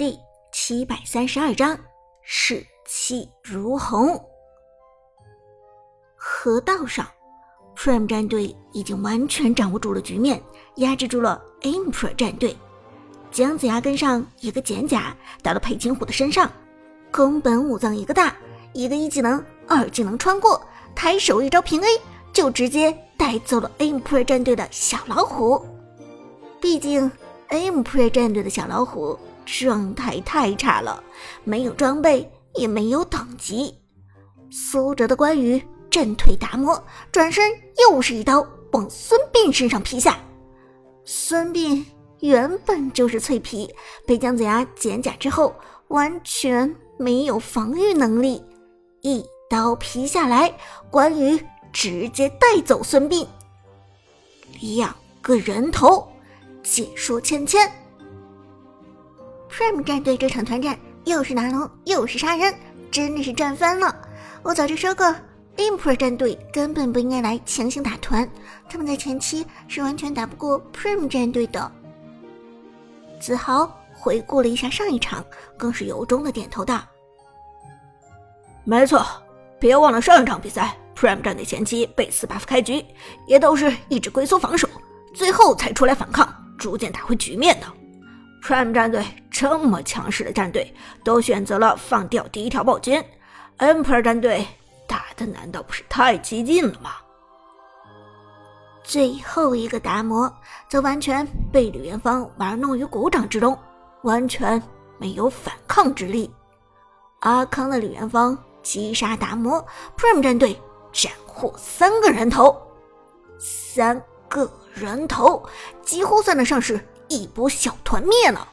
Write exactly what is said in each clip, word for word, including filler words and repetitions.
第七百三十二章士气如虹。河道上 Prime 战队已经完全掌握住了局面，压制住了 Emperor 战队。姜子牙跟上一个减甲打到裴擒虎的身上，宫本武藏一个大，一个一技能二技能穿过，抬手一招平 A 就直接带走了 Emperor 战队的小老虎。毕竟 Emperor 战队的小老虎状态太差了，没有装备也没有等级。苏哲的关羽震退达摩，转身又是一刀往孙膑身上劈下。孙膑原本就是脆皮，被姜子牙减甲之后完全没有防御能力，一刀劈下来，关羽直接带走孙膑。两个人头，解说芊芊。Prime 战队这场团战又是拿龙又是杀人，真的是赚翻了。我早就说过 Emperor 战队根本不应该来强行打团，他们在前期是完全打不过 Prime 战队的。子豪回顾了一下上一场，更是由衷的点头道： 没错，别忘了上一场比赛 Prime 战队前期被四 buff 开局，也都是一直龟缩防守，最后才出来反抗，逐渐打回局面的。Prime 战队这么强势的战队都选择了放掉第一条暴君， Emperor 战队打的难道不是太激进了吗？ 最后一个达摩则完全被李元芳玩弄于股掌之中，完全没有反抗之力。阿康的李元芳击杀达摩， Prime 战队斩获三个人头，三个人头几乎算得上是一波小团灭了。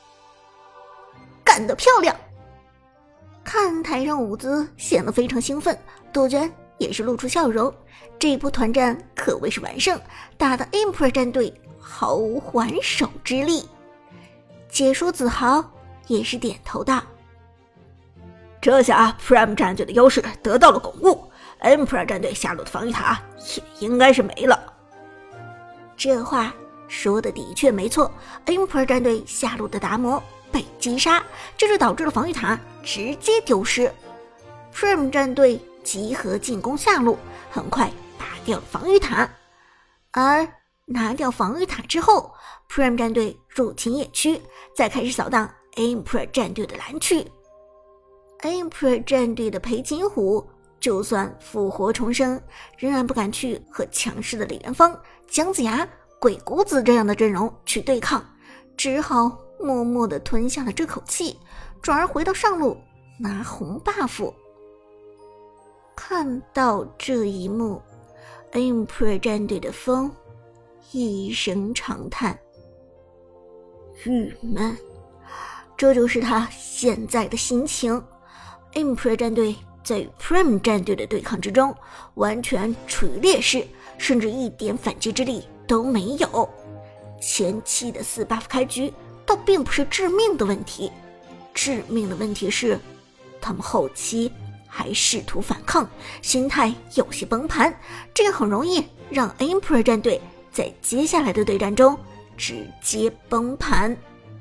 干得漂亮！看台上伍兹显得非常兴奋，杜鹃也是露出笑容。这一波团战可谓是完胜，打得 Emperor 战队毫无还手之力。解说子豪也是点头道： 这下 Prime 战队的优势得到了巩固， Emperor 战队下路的防御塔也应该是没了。 这话说的的确没错， Emperor 战队下路的达摩被击杀，这就导致了防御塔直接丢失。 Prime 战队集合进攻下路，很快打掉了防御塔。而拿掉防御塔之后， Prime 战队入侵野区，再开始扫荡 Emperor 战队的蓝区。 Emperor 战队的裴擒虎就算复活重生，仍然不敢去和强势的李元芳、姜子牙、鬼谷子这样的阵容去对抗，只好默默地吞下了这口气，转而回到上路拿红 buff。 看到这一幕， Emperor 战队的风一声长叹，郁闷，这就是他现在的心情。 Emperor 战队在与 Prime 战队的对抗之中完全处于劣势，甚至一点反击之力都没有。前期的四 buff 开局倒并不是致命的问题，致命的问题是他们后期还试图反抗，心态有些崩盘，这个很容易让 Emperor 战队在接下来的对战中直接崩盘。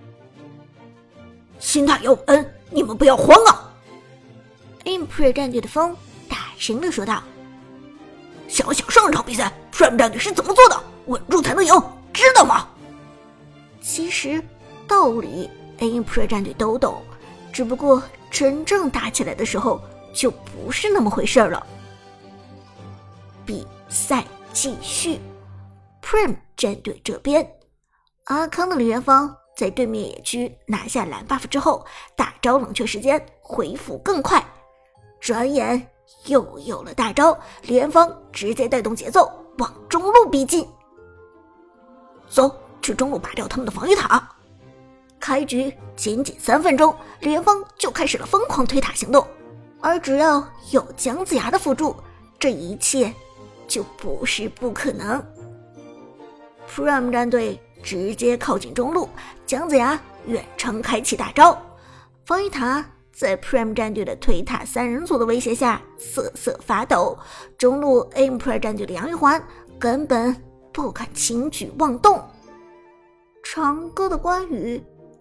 心态有恩，你们不要慌啊！ Emperor 战队的风大声地说道： 想想上场比赛 Prime 战队是怎么做的，稳住才能赢，知道吗？ 其实道理 Emperor 战队都懂，只不过真正打起来的时候就不是那么回事了。比赛继续， Prime 战队这边，阿康的李元芳在对面野区拿下蓝 buff 之后，大招冷却时间恢复更快，转眼又有了大招，李元芳直接带动节奏往中路逼近。 走，去中路拔掉他们的防御塔。 开局仅仅三分钟，李元芳就开始了疯狂推塔行动，而只要有姜子牙的辅助，这一切就不是不可能。 Prime 战队直接靠近中路，姜子牙远程开启大招，防御塔在 Prime 战队的推塔三人组的威胁下瑟瑟发抖，中路 Emperor 战队的杨玉环根本不敢轻举妄动。长歌的关羽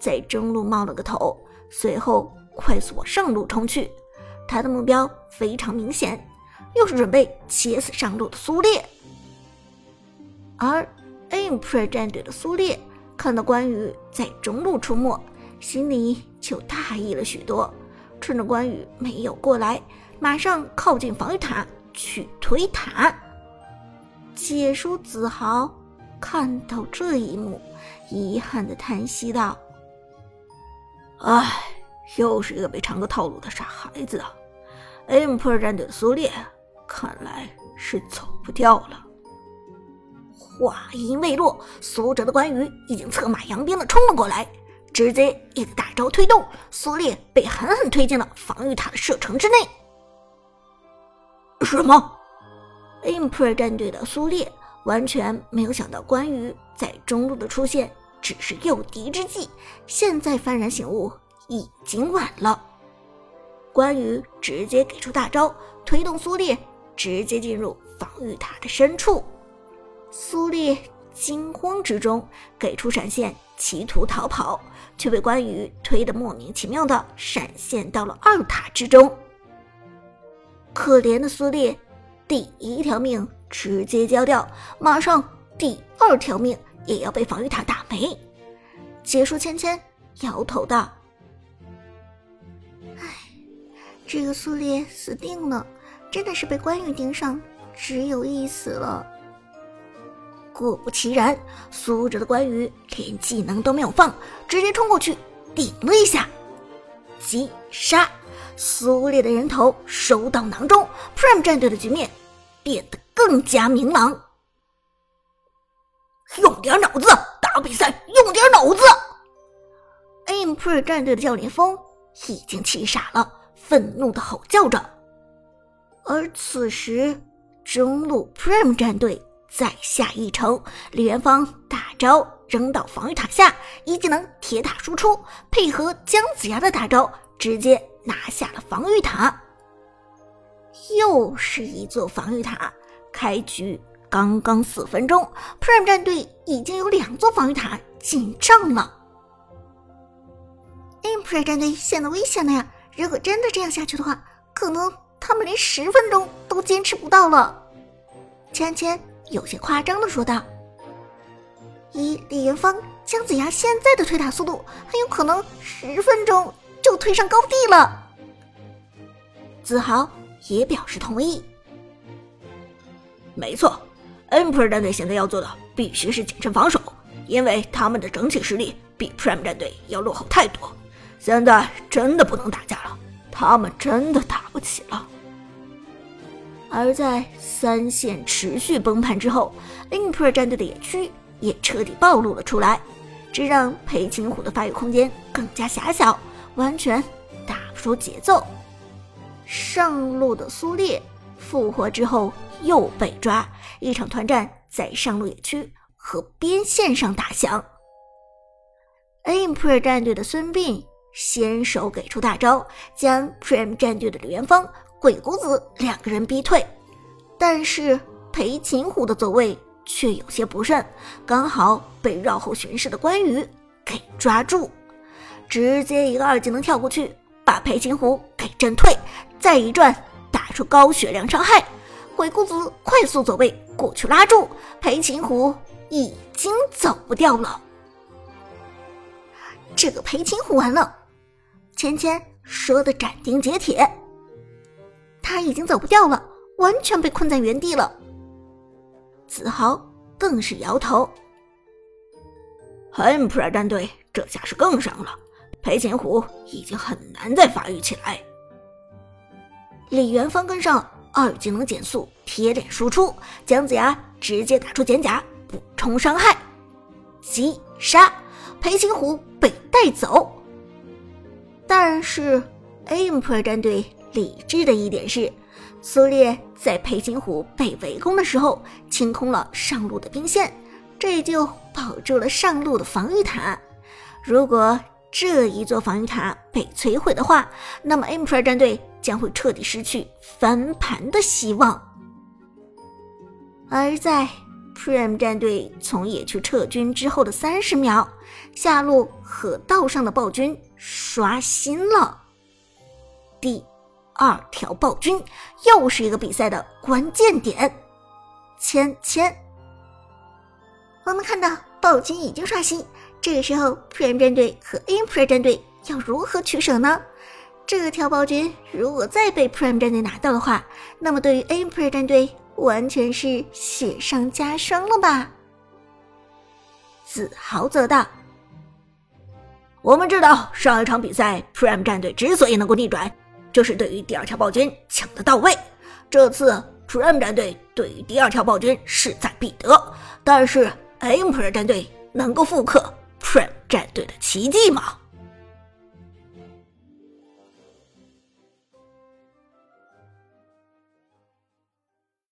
在中路冒了个头，随后快速往上路冲去。他的目标非常明显，又是准备切死上路的苏烈。而 Emperor 战队的苏烈看到关羽在中路出没，心里就大意了许多，趁着关羽没有过来，马上靠近防御塔去推塔。解说子豪看到这一幕，遗憾地叹息道： 唉，又是一个被长歌套路的傻孩子啊 ！Emperor 战队的苏烈看来是走不掉了。 话音未落，苏哲的关羽已经策马扬鞭地冲了过来，直接一个大招推动，苏烈被狠狠推进了防御塔的射程之内。 什么 ？Emperor 战队的苏烈完全没有想到关羽在中路的出现只是诱敌之计，现在幡然醒悟，已经晚了。关羽直接给出大招，推动苏烈直接进入防御塔的深处。苏烈惊慌之中给出闪现，企图逃跑，却被关羽推得莫名其妙的闪现到了二塔之中。可怜的苏烈第一条命直接交掉，马上第二条命也要被防御塔打没。解说芊芊摇头道：唉，这个苏烈死定了，真的是被关羽盯上，只有一死了。果不其然，苏哲的关羽连技能都没有放，直接冲过去顶了一下，击杀。苏烈的人头收到囊中， Prime 战队的局面变得更加明朗。 用点脑子，打比赛用点脑子。 Emperor 战队的教练峰已经气傻了，愤怒地吼叫着。而此时中路 Prime 战队再下一城，李元芳大招扔到防御塔下，一技能铁塔输出，配合姜子牙的大招，直接拿下了防御塔。又是一座防御塔，开局刚刚四分钟 ，Prime 战队已经有两座防御塔进账了。Emperor 战队显得危险了呀！如果真的这样下去的话，可能他们连十分钟都坚持不到了。芊芊有些夸张地说道：“以李元芳、姜子牙现在的推塔速度，很有可能十分钟就推上高地了。”子豪也表示同意。 没错 ，Emperor 战队现在要做的必须是谨慎防守，因为他们的整体实力比 Prime 战队要落后太多。现在真的不能打架了，他们真的打不起了。 而在三线持续崩盘之后 ，Emperor 战队的野区也彻底暴露了出来，这让裴擒虎的发育空间更加狭小，完全打不出节奏。上路的苏烈复活之后又被抓，一场团战在上路野区和边线上打响。Emperor 战队的孙膑先手给出大招，将 Prime 战队的李元芳、鬼谷子两个人逼退，但是裴擒虎的走位却有些不慎，刚好被绕后巡视的关羽给抓住，直接一个二技能跳过去，把裴擒虎给震退，再一转打出高血量伤害。鬼谷子快速走位过去拉住，裴擒虎已经走不掉了。这个裴擒虎完了，芊芊说的斩钉截铁，他已经走不掉了，完全被困在原地了。子豪更是摇头 ，Emperor 战队这下是更伤了，裴擒虎已经很难再发育起来。 李元芳跟上，二技能减速，贴脸输出，姜子牙直接打出减甲补充伤害，击杀，裴擒虎被带走。但是 Emperor 战队理智的一点是，苏烈在裴擒虎被围攻的时候清空了上路的兵线，这就保住了上路的防御塔。如果这一座防御塔被摧毁的话，那么 Emperor 战队将会彻底失去翻盘的希望。而在 Prime 战队从野区撤军之后的三十秒，下路河道上的暴君刷新了。第二条暴君又是一个比赛的关键点，芊芊。我们看到暴君已经刷新，这个时候 Prime 战队和 Emperor 战队要如何取舍呢？这条暴君如果再被 Prime 战队拿到的话，那么对于 Emperor 战队完全是雪上加霜了吧？子豪则道： 我们知道上一场比赛 Prime 战队之所以能够逆转，就是对于第二条暴君抢得到位。这次 Prime 战队对于第二条暴君势在必得，但是 Emperor 战队能够复刻 Prime 战队的奇迹吗？